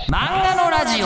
漫画のラジ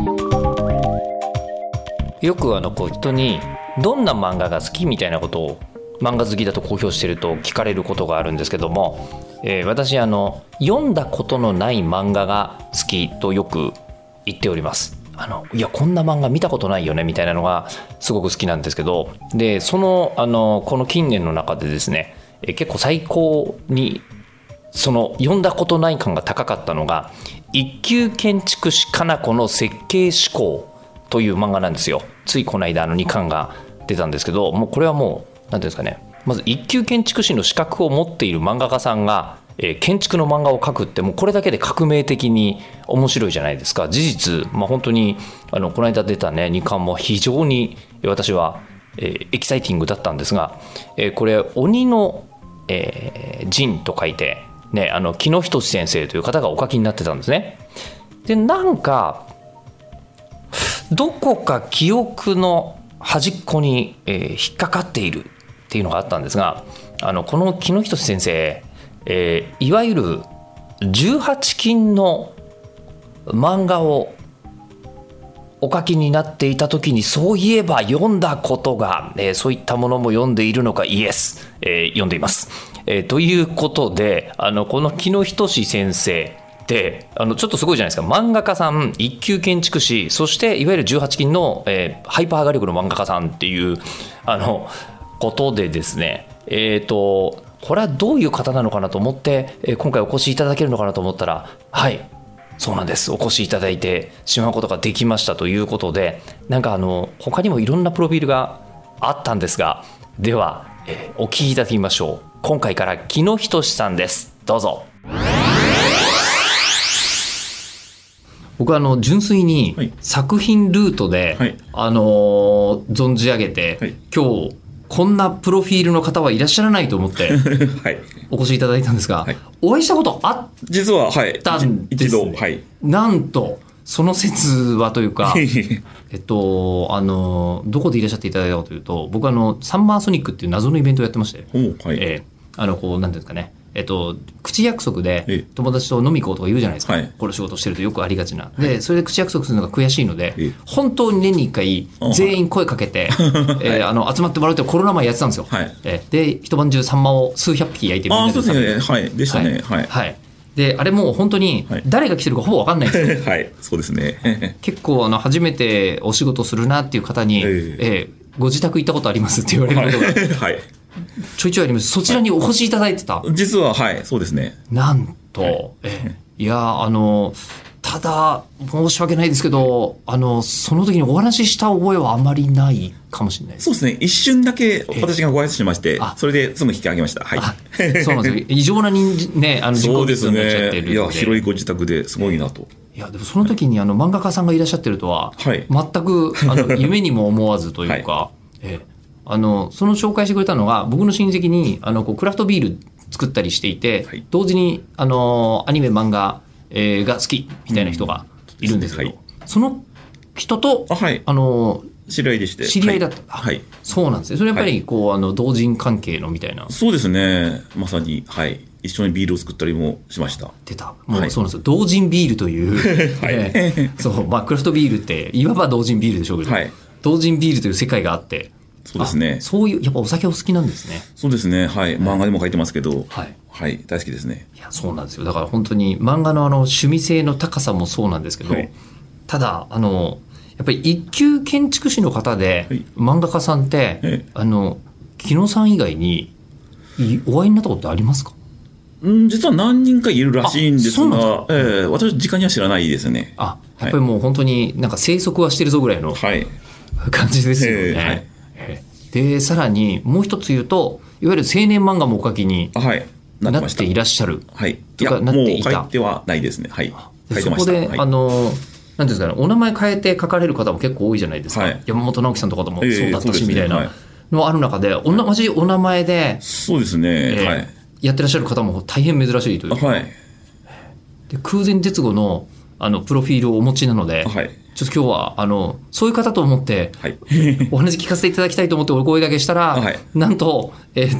オ。よくこう人にどんな漫画が好きみたいなことを漫画好きだと公表していると聞かれることがあるんですけども、私読んだことのない漫画が好きとよく言っております。いやこんな漫画見たことないよねみたいなのがすごく好きなんですけど、でこの近年の中でですね、結構最高に読んだことない感が高かったのが一級建築士かな子の設計思考という漫画なんですよ。ついこの間2巻が出たんですけど、もうこれはもう何ていうんですかね、まず一級建築士の資格を持っている漫画家さんが建築の漫画を描くって、もうこれだけで革命的に面白いじゃないですか。事実、本当にこの間出たね2巻も非常に私はエキサイティングだったんですが、これ鬼の陣と書いてね、木野仁先生という方がお書きになってたんですね。でなんかどこか記憶の端っこに、引っかかっているっていうのがあったんですが、この木野仁先生、いわゆる18禁の漫画をお書きになっていた時に、そういえば読んだことが、そういったものも読んでいるのか、イエス、読んでいます。ということでこの木野仁先生でちょっとすごいじゃないですか。漫画家さん、一級建築士、そしていわゆる18禁の、ハイパー画力の漫画家さんっていうことでですね、これはどういう方なのかなと思って、今回お越しいただけるのかなと思ったら、はいそうなんです、お越しいただいてしまうことができましたということで、なんか他にもいろんなプロフィールがあったんですが、では、お聞きいただきましょう。今回から木野仁さんです。どうぞ。僕は純粋に作品ルートで、はい、存じ上げて、はい、今日こんなプロフィールの方はいらっしゃらないと思ってお越しいただいたんですが、はい、お会いしたことあったんです、ね、一度、はい、なんとその説はというかどこでいらっしゃっていただいたかというと、僕はサンマーソニックっていう謎のイベントをやってまして、はい、こうなんていうんですかね、口約束で友達と飲み行こうとか言うじゃないですか、はい、この仕事してるとよくありがちなで、それで口約束するのが悔しいので、本当に年に1回全員声かけて、集まってもらうってコロナ前やってたんですよ、はい、で一晩中サンマを数百匹焼いてみんなで食べる。 はい、でしたね、はい、はい、 であれもう本当に誰が来てるかほぼ分かんないんですよ、 はい、そうですね結構初めてお仕事するなっていう方に、ご自宅行ったことありますって言われることが、はい、ちょいちょいあります。そちらにお越しいただいてた、 実ははいそうですね。 なんと、はい、いやただ申し訳ないですけどその時にお話しした覚えはあまりないかもしれないです。 そうですね、一瞬だけ私がご挨拶しまして、それですぐ引き上げました。はい、 そうなんですよ。異常なね自己密になっちゃってるので、 いや広いご自宅ですごいなと。 いやでもその時に漫画家さんがいらっしゃってるとは、はい、全く夢にも思わずというか、はい、その紹介してくれたのが、僕の親戚にクラフトビール作ったりしていて、はい、同時にアニメ漫画、が好きみたいな人がいるんですけど、はい、その人とはい、知り合いでして、 知り合いだった、 はい、 そうなんですね。それやっぱりこう、同人関係のみたいな。 そうですね、まさに、はい、一緒にビールを作ったりもしました。 出た、もうそうなんですよ、同人ビールという、はいそう、クラフトビールっていわば同人ビールでしょうけど、はい、同人ビールという世界があって、 そうですね、 そういうやっぱお酒お好きなんですね。 そうですね、はい、漫画でも書いてますけど、はいはい、大好きですね。 いやそうなんですよ。だから本当に漫画の趣味性の高さもそうなんですけど、はい、ただやっぱり一級建築士の方で、はい、漫画家さんって、木野さん以外にお会いになったことってありますか？ 実は何人かいるらしいんですが、私直には知らないですね。 やっぱりもう本当になんか生息はしてるぞぐらいの感じですよね。はい、でさらにもう一つ言うと、いわゆる青年漫画もお書きになっていらっしゃる、 はい、いやもう書いてはないですね。はい、書いてました。そこで、はい、なんていうんですかね、お名前変えて書かれる方も結構多いじゃないですか、はい、山本直樹さんとかでもそうだったし、みたいなのある中で、同じお名前でそうですね、はい、 やってらっしゃる方も大変珍しいというか、はい、で空前絶後のプロフィールをお持ちなので、はい、ちょっと今日はそういう方と思って、はい、お話聞かせていただきたいと思ってお声掛けしたら、はい、なんと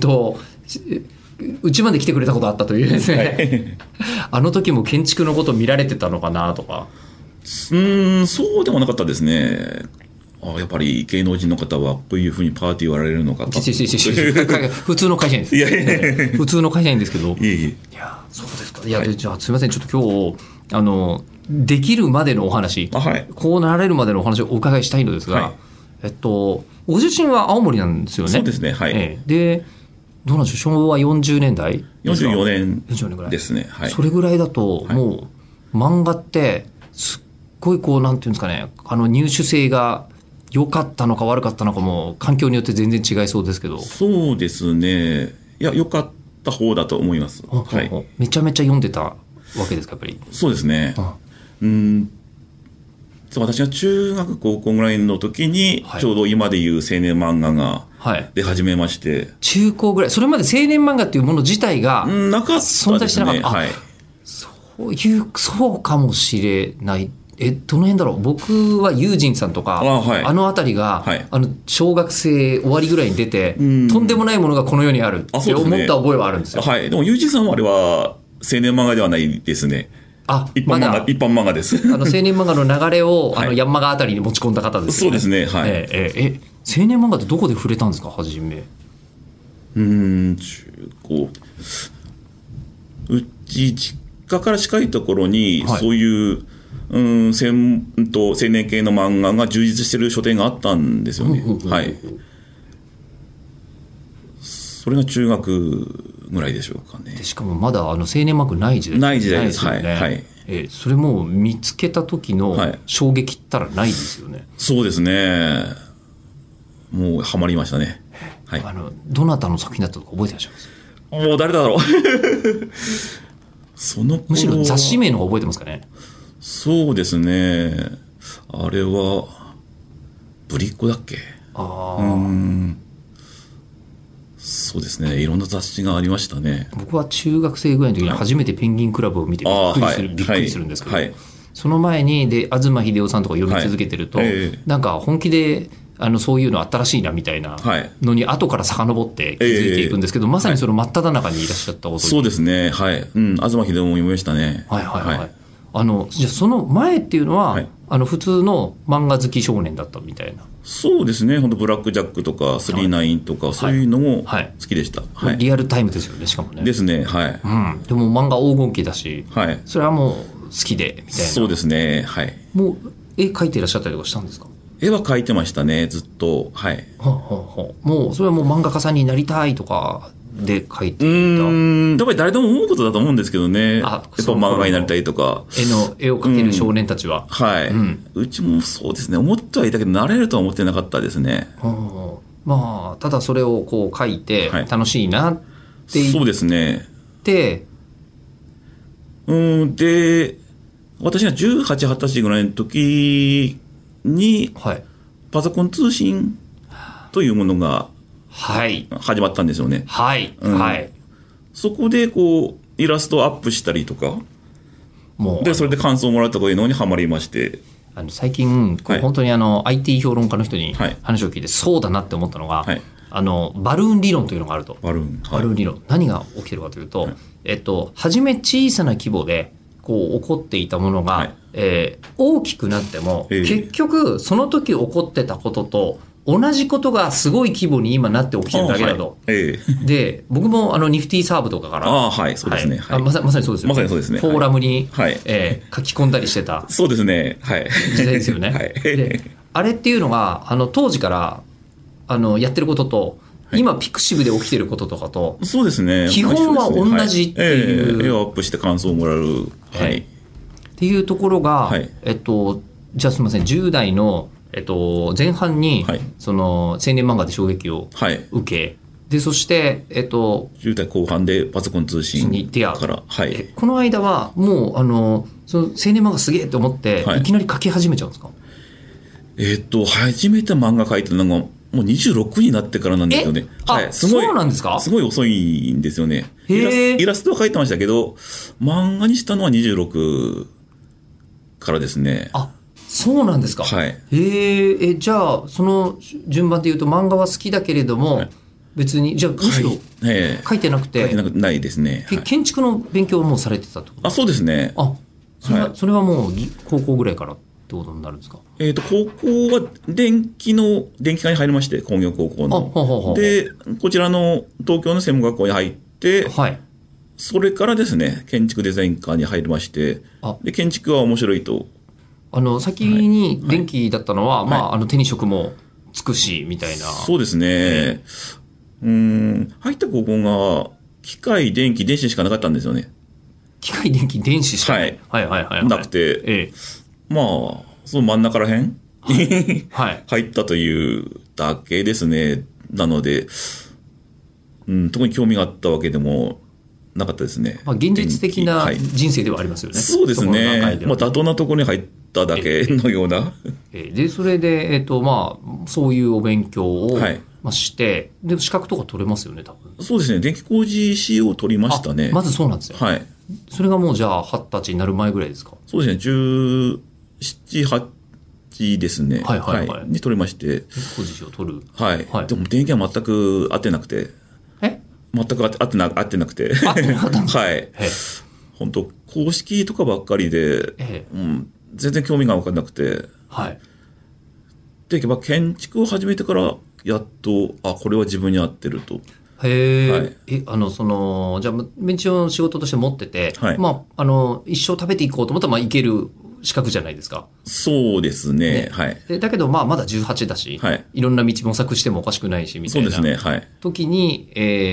うちまで来てくれたことあったというですね、はい、あの時も建築のこと見られてたのかなとか。 そうでもなかったですね。やっぱり芸能人の方はこういうふうにパーティーをやられるのかと。 普通の会社員です。 いやいや普通の会社員ですけど。 いや、そうですか。いや、じゃあすみません。ちょっと今日、できるまでのお話、こうなられるまでのお話をお伺いしたいのですが、ご出身は青森なんですよね。 そうですね。はい。 で、どうなんでしょう、昭和40年代 44年ぐらいですね。はい。 それぐらいだと、もう、漫画って、すっごいなんていうんですかね、入手性が良かったのか悪かったのかも、環境によって全然違いそうですけど。 そうですね。いや、良かった方だと思います。はい。 めちゃめちゃ読んでたわけですか、やっぱり。 そうですね。私が中学高校ぐらいの時に、ちょうど今でいう青年漫画が出始めまして、 中高ぐらい、それまで青年漫画っていうもの自体が存在してなかった。 はい、 そうかもしれない。どの辺だろう。僕はユージンさんとか、あの辺りが、小学生終わりぐらいに出て、とんでもないものがこの世にあるって思った覚えはあるんですよ。 はい。でもユージンさんはあれは青年漫画ではないですね。一般漫画です。 青年漫画の流れを、ヤンマガあたりに持ち込んだ方ですね。そうですね。はい。 青年漫画ってどこで触れたんですか、初め。 中高。うち、実家から近いところに、そういう、青年系の漫画が充実している書店があったんですよね。はい。それが中学ぐらいでしょうかね。 でしかもまだ青年漫画ない時代ですよね。 ない時代です。はい。はい。 それも見つけた時の衝撃ったらないですよね。 そうですね。もうハマりましたね。はい。 どなたの作品だったとか覚えてらっしゃいます？ もう誰だろう。 むしろ雑誌名の方が覚えてますかね。 そうですね。あれはぶりっ子だっけ。そうですね。いろんな雑誌がありましたね。 僕は中学生ぐらいの時に初めてペンギンクラブを見てびっくりするんですけど、その前に東秀夫さんとか読み続けてると、なんか本気でそういうの新しいなみたいなのに後から遡って気づいていくんですけど、まさにその真っ只中にいらっしゃったことに。 そうですね。はい。東秀夫も読みましたね。 はいはいはい。じゃあその前っていうのは、普通の漫画好き少年だったみたいな。 そうですね。本当ブラックジャックとか39とか、そういうのも好きでした。 リアルタイムですよね、しかもね。 ですね。はい。 でも漫画黄金期だし、それはもう好きでみたいな。 そうですね。はい。 もう絵描いていらっしゃったりとかしたんですか？ 絵は描いてましたね、ずっと。はい。 もうそれはもう漫画家さんになりたいとかで描いていた。 やっぱり誰でも思うことだと思うんですけどね。やっぱ漫画家になりたいとか。 絵を描ける少年たちは。 はい。うちもそうですね。思ってはいたけど、なれるとは思ってなかったですね。 まあ、ただそれをこう描いて楽しいなって言って。 そうですね。 で、 私が18、20歳ぐらいの時に、パソコン通信というものが始まったんですよね。そこでこうイラストをアップしたりとか、でそれで感想をもらうとかいうのにハマりまして、 最近本当にIT 評論家の人に話を聞いてそうだなって思ったのが、バルーン理論というのがあると。バルーン理論、何が起きてるかというと、初め小さな規模でこう起こっていたものが、大きくなっても、結局その時起こってたことと同じことがすごい規模に今なって起きてるだけだと。で、僕もニフティサーブとかから、まさにそうですよ。フォーラムに、書き込んだりしてたそうですね。 時代ですよね。であれっていうのが当時からやってることと、今ピクシブで起きてることとかと、 そうですね。 基本は同じっていう。 絵をアップして感想をもらう。 っていうところが、じゃあすみません、10代の、前半に、その青年漫画で衝撃を受け、でそして、 10代後半でパソコン通信に出会うから、 この間はもうその青年漫画すげえって思って、いきなり描き始めちゃうんですか？ 初めて漫画描いたのがもう26になってからなんですよね。 そうなんですか？ すごい遅いんですよね。イラストは描いてましたけど、漫画にしたのは26からですね。 そうなんですか？じゃあその順番でいうと、漫画は好きだけれども、別にじゃあむしろ描いてなくて、 ないですね。 建築の勉強をもうされてたと？ そうですね。 それはもう高校ぐらいからってことになるんですか？ 高校は電気科に入りまして、工業高校の。で、こちらの東京の専門学校に入って、はい、それからですね、建築デザイン科に入りまして、で、建築は面白いと。 先に電気だったのは、はい、手に職もつくし、みたいな。 そうですね。入った高校が、機械、電気、電子しかなかったんですよね。 機械、電気、電子しかない。 はい。なくて、まあ、その真ん中ら辺に、はい、入ったというだけですね。なので、特に興味があったわけでもなかったですね。 現実的な人生ではありますよね。 そうですね。妥当なところに入っただけのような。 で、それで、そういうお勉強を、して、で、資格とか取れますよね、多分。 そうですね。電気工事士を取りましたね。 まずそうなんですよ。はい。それがもうじゃあ、20歳になる前ぐらいですか？ そうですね。17、8ですね。はい。に取りまして。電気工事士を取る。 はい。でも電気は全く合ってなくて。全く合ってなくて。はい。本当公式とかばっかりで、全然興味が分からなくて。はい。で、建築を始めてから、やっと、これは自分に合ってると。 へえ。はい、じゃあ、ベンチを仕事として持ってて、はい、一生食べていこうと思ったら、いける資格じゃないですか。 そうですね。はい。 だけど、まだ18だし、はい、いろんな道模索してもおかしくないし、みたいな。 そうですね。はい。 時に、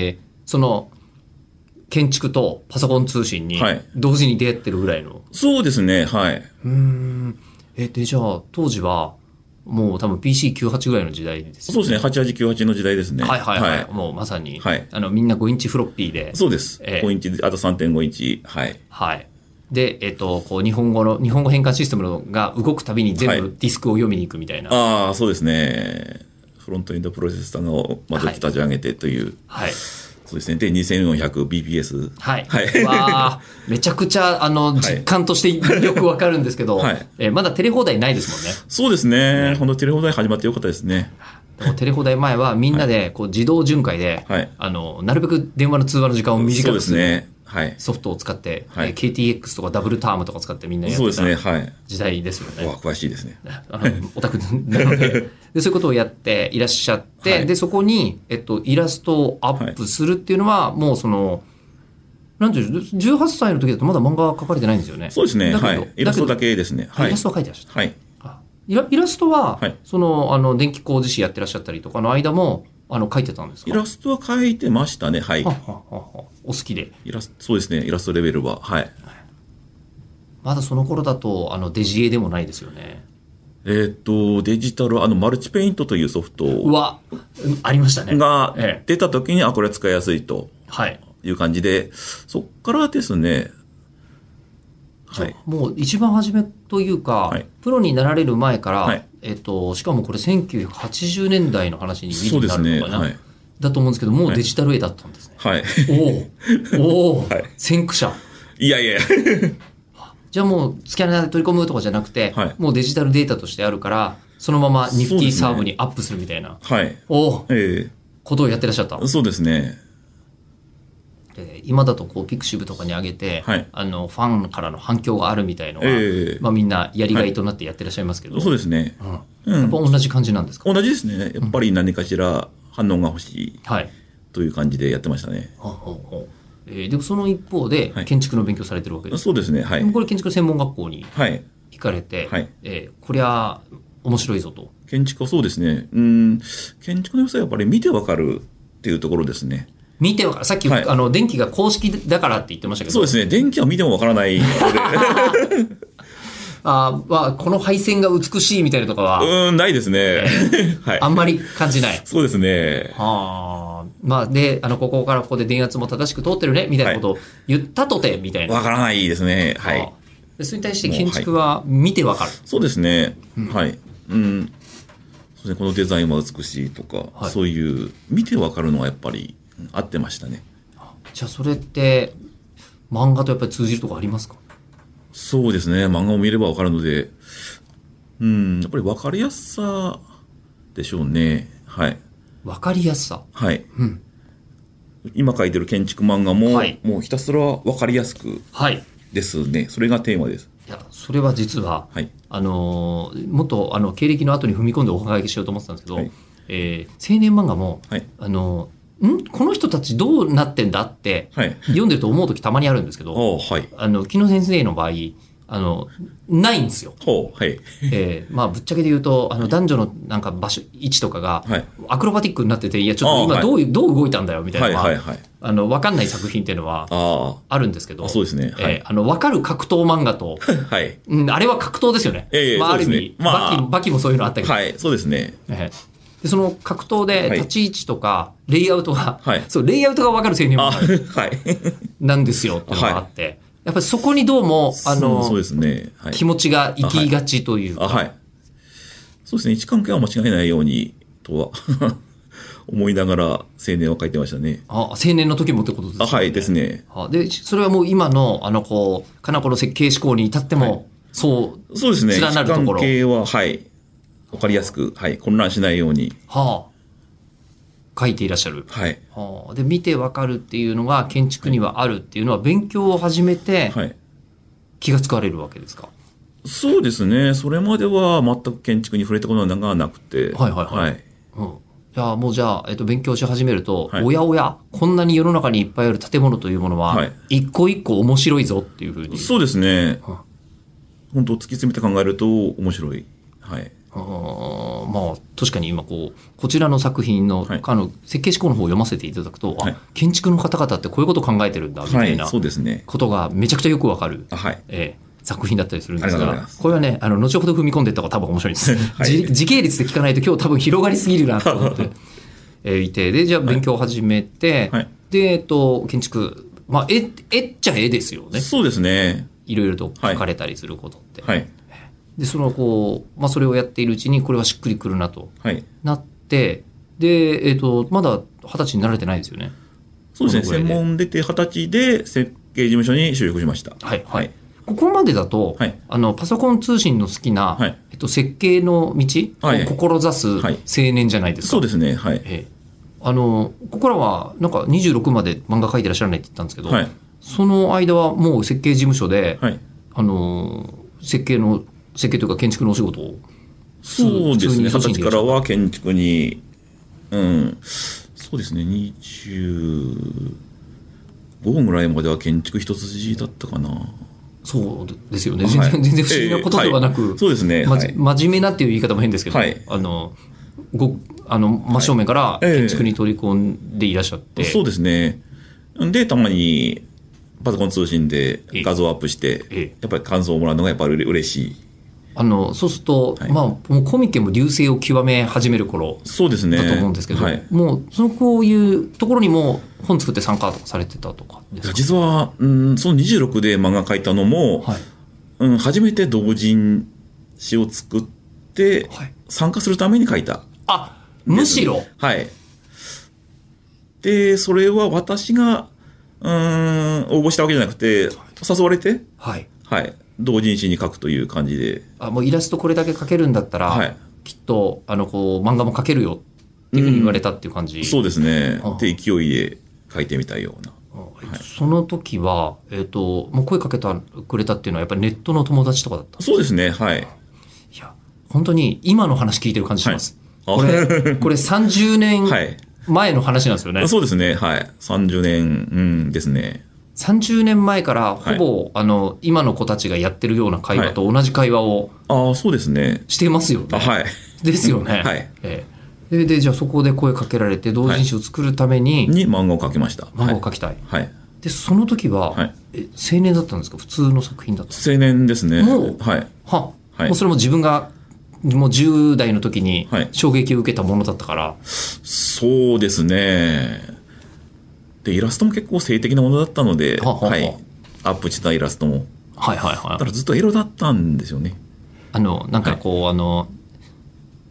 建築とパソコン通信に同時に出会ってるぐらいの。はい、 そうですね。はい。 で、じゃあ、当時は、もう多分 PC98 ぐらいの時代ですよね。そうですね。8898の時代ですね。 はい。もうまさに、はい、みんな5インチフロッピーで。 そうです。5インチ、あと 3.5 インチ。はい。 はい。で、日本語変換システムが動くたびに全部ディスクを読みに行くみたいな。 そうですね。フロントエンドプロセッサーをまず立ち上げてという。はい。そうですね。で、2400bps。 はい。はい。わめちゃくちゃ、実感としてよくわかるんですけど、はい。まだテレ放題ないですもんね。 そうですね。本当テレ放題始まってよかったですね。 テレ放題前はみんなで自動巡回で、はい、なるべく電話の通話の時間を短くする。そうですね。はい、ソフトを使って、はい、KTX とかダブルタームとか使ってみんなやってた時代ですよね。 詳しいですね。 オタクなのでで、そういうことをやっていらっしゃって、はい、で、そこに、イラストをアップするっていうのは、もうなんていうの、18歳の時だとまだ漫画描かれてないんですよね。 そうですね。はい。イラストだけですね。 はい。イラストは描いてらっしゃった。はい。イラストは、はい、電気工事士やってらっしゃったりとかの間も、描いてたんですか？ イラストは描いてましたね。はい。 お好きで。 そうですね。イラストレベルは。はい。 まだその頃だと、デジエでもないですよね。 デジタル、マルチペイントというソフトありましたね。 が出た時に、これは使いやすいと。はい。いう感じで、そっからですね、 はい。もう一番初めというか、はい、プロになられる前から、はい、しかもこれ1980年代の話になるのかな、はい、だと思うんですけど、もうデジタル絵だったんですね。はい。おお、はい、先駆者。 いや。 じゃあもうスキャナーで取り込むとかじゃなくて、はい、もうデジタルデータとしてあるから、そのままニフティサーブにアップするみたいな、はい。ことをやってらっしゃった。 そうですね。 今だとピクシブとかに上げて、はい、ファンからの反響があるみたいのは、みんなやりがいとなってやってらっしゃいますけど、 そうですね。 やっぱ同じ感じなんですか？ 同じですね。やっぱり何かしら反応が欲しいという感じでやってましたね。 でもその一方で建築の勉強されてるわけです。 そうですね。はい。 これ建築専門学校に行かれて、こりゃ面白いぞと。 建築はそうですね。建築の良さはやっぱり見てわかるっていうところですね。 見てわかる。さっき、電気が公式だからって言ってましたけど。 そうですね。電気は見てもわからないので。 この配線が美しいみたいなとかは。 ないですね。 はい。あんまり感じない。 そうですね。 で、ここからここで電圧も正しく通ってるね、みたいなことを言ったとて、みたいな。 わからないですね。はい。 それに対して建築は見てわかる。 そうですね。はい。そうですね。このデザインは美しいとか、そういう、見てわかるのはやっぱり、合ってましたね。 じゃあそれって漫画とやっぱり通じるとこありますか？ そうですね。漫画を見ればわかるので、やっぱりわかりやすさでしょうね。はい。 わかりやすさ。 はい。今書いてる建築漫画も、もうひたすらわかりやすくですね。それがテーマです。 いや、それは実は、はい、もっと経歴の後に踏み込んでお伺いしようと思ってたんですけど、はい、青年漫画も、はい、この人たちどうなってんだって、はい、読んでると思う時たまにあるんですけど、はい、木野先生の場合ないんですよ。はい、まあぶっちゃけで言うと男女のなんか位置とかがアクロバティックになってて、いやちょっと今どう動いたんだよみたいな、はいはいはい、分かんない作品っていうのはあるんですけど、 そうですね、はい、 分かる格闘漫画と、はい、あれは格闘ですよね。まあ、ある意味、バキもそういうのあったけど、 はい、そうですね。 でその格闘で立ち位置とかレイアウトが、はい、そうレイアウトが分かる青年漫画なんですよっていうのがあって。はい、やっぱりそこにどうも、 そうですね。はい、 気持ちが行きがちというか。 はい。そうですね。位置関係は間違えないように、とは思いながら青年は書いてましたね。 青年の時もってことですね。 はい、ですね。 で、それはもう今の、かなこの設計思考に至っても、はい、 そうですね。 連なるところ。 位置関係は、はい。わかりやすく、はい。混乱しないように。 書いていらっしゃる。 はい。 で、見てわかるっていうのが建築にはあるっていうのは、勉強を始めて気がつかれるわけですか？ そうですね。それまでは全く建築に触れたことがなくて。 はいはいはい。はい、じゃあ、勉強し始めると、はい、おやおや、こんなに世の中にいっぱいある建物というものは、一個一個面白いぞっていうふうに。 そうですね。本当突き詰めて考えると面白い。はい。 まあ確かに今こちらの作品の、はい、設計思考の方を読ませていただくと、はい、建築の方々ってこういうことを考えてるんだみたいなことがめちゃくちゃよくわかる、はい、作品だったりするんですが、これはね後ほど踏み込んでいった方が多分面白いです、はい、時系列で聞かないと今日多分広がりすぎるなと思っていて、でじゃあ勉強を始めて、はい、で建築、まあ絵っちゃ絵ですよね。 そうですね。 いろいろと書かれたりすることって、 はいはい、 でそれをやっているうちにこれはしっくりくるなと、はい、なってで、まだ20歳になられてないですよね。 そうですね。専門出て20歳で設計事務所に就職しました。 はいはい。ここまでだと、はい、パソコン通信の好きな、はい、設計の道を志す青年じゃないですか。 そうですね。はい。 ここからはなんか26まで漫画描いてらっしゃらないって言ったんですけど、はい、その間はもう設計事務所で、はい、設計というか建築のお仕事を。 そうですね。20歳からは建築に、そうですね。25ぐらいまでは建築一筋だったかな。 そうですよね。全然不思議なことではなく、 そうですね。 真面目なっていう言い方も変ですけど、はい、真正面から建築に取り込んでいらっしゃって。 そうですね。で、たまにパソコン通信で画像アップして、やっぱり感想をもらうのがやっぱり嬉しい。 そうすると、はい、もうコミケも隆盛を極め始める頃だと思うんですけど、はい、もうこういうところにも本作って参加されてたとかですか？ 実は、その26で漫画描いたのも、はい、初めて同人誌を作って参加するために描いた、 あ、むしろ、 はい。でそれは私が応募したわけじゃなくて誘われて、はいはい、同人誌に描くという感じで。 もうイラストこれだけ描けるんだったら、はい、きっと漫画も描けるよっていうふうに言われたっていう感じ、 そうですね。で勢いで描いてみたいような、 はい、その時は、もう声かけてくれたっていうのはやっぱりネットの友達とかだったんですか？ そうですね。はい。 いや本当に今の話聞いてる感じします、はい、これ30年前の話なんですよね、はい、 そうですね。はい。30年、ですね。 30年前からほぼ、はい、今の子たちがやってるような会話と同じ会話を、 はい、そうですね。 してますよね。 はい。 ですよね。はい。でじゃあそこで声かけられて同人誌を作るために、 に漫画を描きました。 漫画を描きたい。 はい。 でその時は、はい、青年だったんですか？普通の作品だった？ 青年ですね。 もう、 はい。 はい、もうそれも自分がもう10代の時に衝撃を受けたものだったから、はい、 そうですね。でイラストも結構性的なものだったので、はい、アップしたイラストも、 はいはいはい、 だからずっとエロだったんですよね。 なんかこう、はい、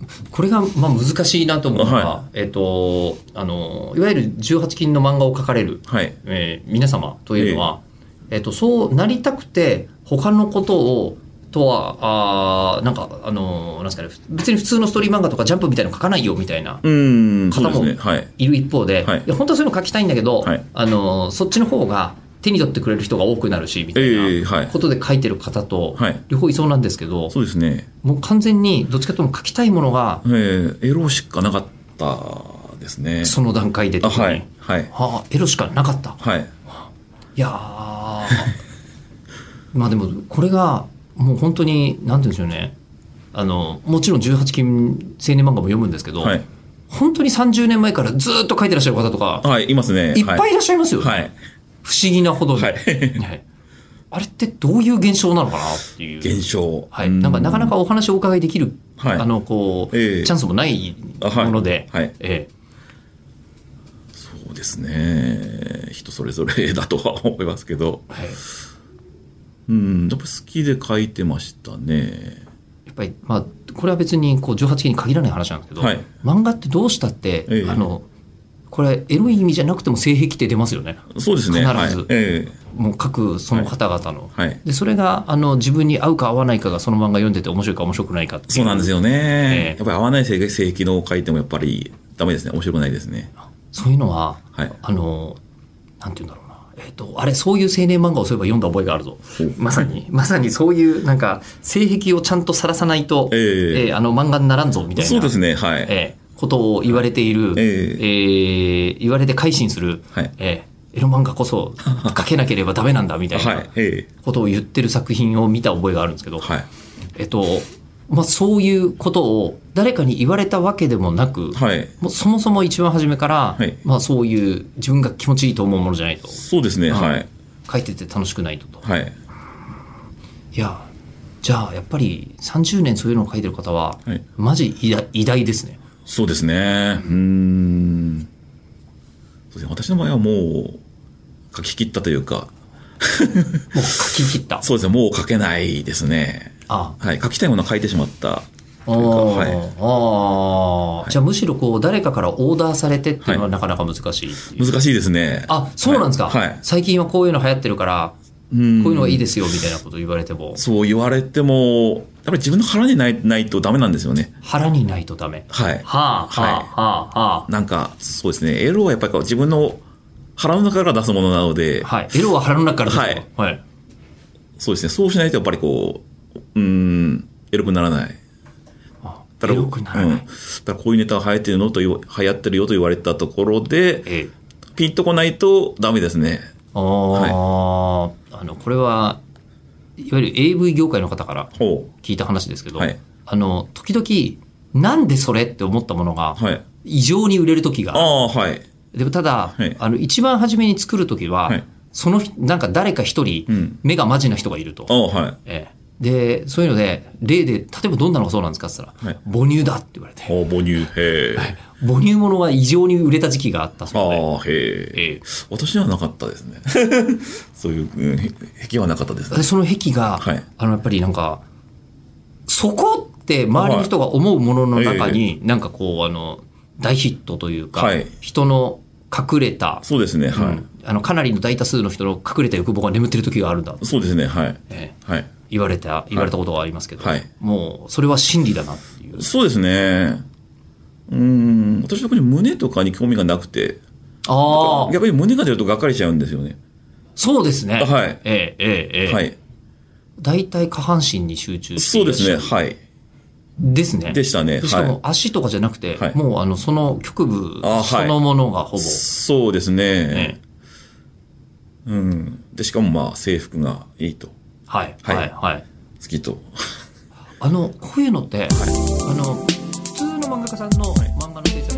これがまあ難しいなと思うのは、はい、いわゆる18禁の漫画を描かれる、はい、皆様というのは、そうなりたくて他のことをとはなんかなんですかね、別に普通のストーリー漫画とかジャンプみたいなの描かないよみたいな方もいる一方で、いや本当はそういうの描きたいんだけど、はい、そっちの方が手に取ってくれる人が多くなるしみたいなことで書いてる方と両方いそうなんですけど、 そうですね、 もう完全にどっちかというと書きたいものがエロしかなかったですね、その段階で特に。 はいはい、 エロしかなかった。 はい、 いやまあでもこれがもう本当になんて言うんでしょうね、もちろん18禁青年漫画も読むんですけど、はい、本当に30年前からずっと書いてらっしゃる方とか、 はい、いますね、 いっぱいいらっしゃいますよね、 はい、 不思議なほどに、 はいあれってどういう現象なのかなっていう現象、 はい、なんかなかなかお話をお伺いできる、はい、チャンスもないもので、 はいはい、そうですね、人それぞれだとは思いますけど、はい、やっぱり好きで書いてましたね。 やっぱり、まあ、これは別に18禁に限らない話なんですけど、はい、漫画ってどうしたって、これエロい意味じゃなくても性癖って出ますよね。 そうですね、 必ず、もう書くその方々の、 はい、 でそれが自分に合うか合わないかがその漫画読んでて面白いか面白くないかっていう。 そうなんですよね、やっぱり合わない性癖のを書いてもやっぱりダメですね、面白くないですね。 そういうのは、はい、なんていうんだろうな、あれそういう青年漫画をそういえば読んだ覚えがあるぞ。まさにそういうなんか性癖をちゃんとさらさないと、漫画にならんぞみたいな、 そうですね、はい、 ことを言われている、言われて改心する、はい、エロ漫画こそ書けなければダメなんだみたいなことを言ってる作品を見た覚えがあるんですけど、はい、まあ、そういうことを誰かに言われたわけでもなく、はい、もうそもそも一番初めから、はい、まあ、そういう自分が気持ちいいと思うものじゃないと、 そうですね、はい、 書いてて楽しくないと、 はい、 いやじゃあやっぱり30年そういうのを書いてる方は、はい、マジ偉大ですね。 そうですね、そうですね、私の場合はもう書き切ったというかもう書き切ったそうですね、もう書けないですね。はい、書きたいものを書いてしまったというか、 はい、じゃあむしろ誰かからオーダーされてっていうのはなかなか難しいっていう、 難しいですね。 そうなんですか、 はい、 最近はこういうの流行ってるからこういうのがいいですよみたいなことを言われても、 そう言われてもやっぱり自分の腹にないとダメなんですよね。 腹にないとダメ、 はいなんかそうですね、エロはやっぱり自分の腹の中から出すものなので、 はい、エロは腹の中から出すもの、 はい、そうですね、そうしないとやっぱりエロくならない。 エロくならない、 だからこういうネタが流行ってるよと言われたところで、ピンとこないとダメですね。 これはいわゆる AV 業界の方から聞いた話ですけど、はい、時々なんでそれって思ったものが異常に売れる時がある、 はい、 でもただ、はい、一番初めに作る時は、はい、なんか誰か一人、目がマジな人がいると、 はい、 でそういうので例で例えばどんなのがそうなんですかって言ったら、はい、母乳だって言われて、 母乳、 はい、母乳ものが異常に売れた時期があったそうで、私はなかったですねそういう癖はなかったですね。 その癖が、はい、やっぱりなんかそこって周りの人が思うものの中に、なんか大ヒットというか、人の隠れた、 そうですね、はい、 かなりの大多数の人の隠れた欲望が眠ってる時があるんだ、 そうですね、はい、はい、 言われたことがありますけど、はい、もうそれは真理だなっていう。 そうですね、私特に胸とかに興味がなくて、逆に胸が出るとがっかりしちゃうんですよね。 そうですね、 はい、 はい、大体下半身に集中してそうですね、はい、 ですね。 でしたね。 しかも足とかじゃなくて、はい、もうその局部そのものがほぼ、 そうですね、でしかも制服がいいと、 はいはいはい、 好きとこういうのって、はい、普通の漫画家さんの漫画の制作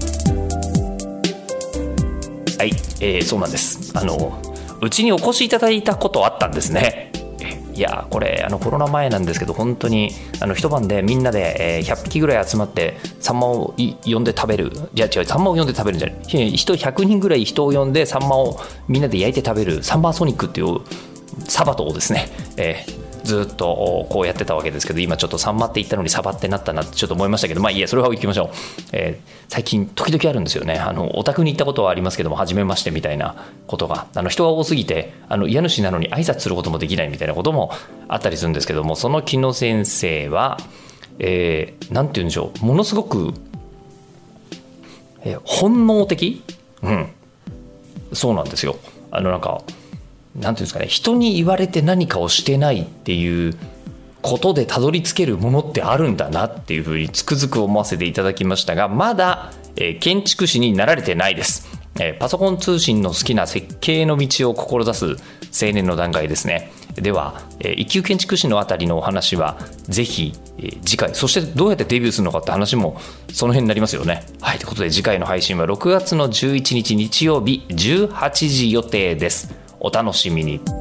ってはい、そうなんです。うちにお越しいただいたことあったんですね。いやこれコロナ前なんですけど、本当に一晩でみんなで100匹ぐらい集まってサンマを呼んで食べる、サンマを呼んで食べるんじゃない、人100人ぐらい人を呼んでサンマをみんなで焼いて食べるサンバーソニックっていうサバトをですね、ずっとこうやってたわけですけど、今ちょっとサンマって言ったのにサバってなったなってちょっと思いましたけど、まあいいや、それは置いてきましょう。最近時々あるんですよね。お宅に行ったことはありますけども、初めましてみたいなことが、人が多すぎて家主なのに挨拶することもできないみたいなこともあったりするんですけども、その木野先生は、なんて言うんでしょう、ものすごく、本能的、そうなんですよ。なんかなんていうんですかね、人に言われて何かをしてないっていうことでたどり着けるものってあるんだなっていうふうにつくづく思わせていただきましたが、まだ、建築士になられてないです。パソコン通信の好きな設計の道を志す青年の段階ですね。では、一級建築士のあたりのお話はぜひ、次回、そしてどうやってデビューするのかって話もその辺になりますよね。はい、ということで次回の配信は6月の11日日曜日18時予定です。お楽しみに。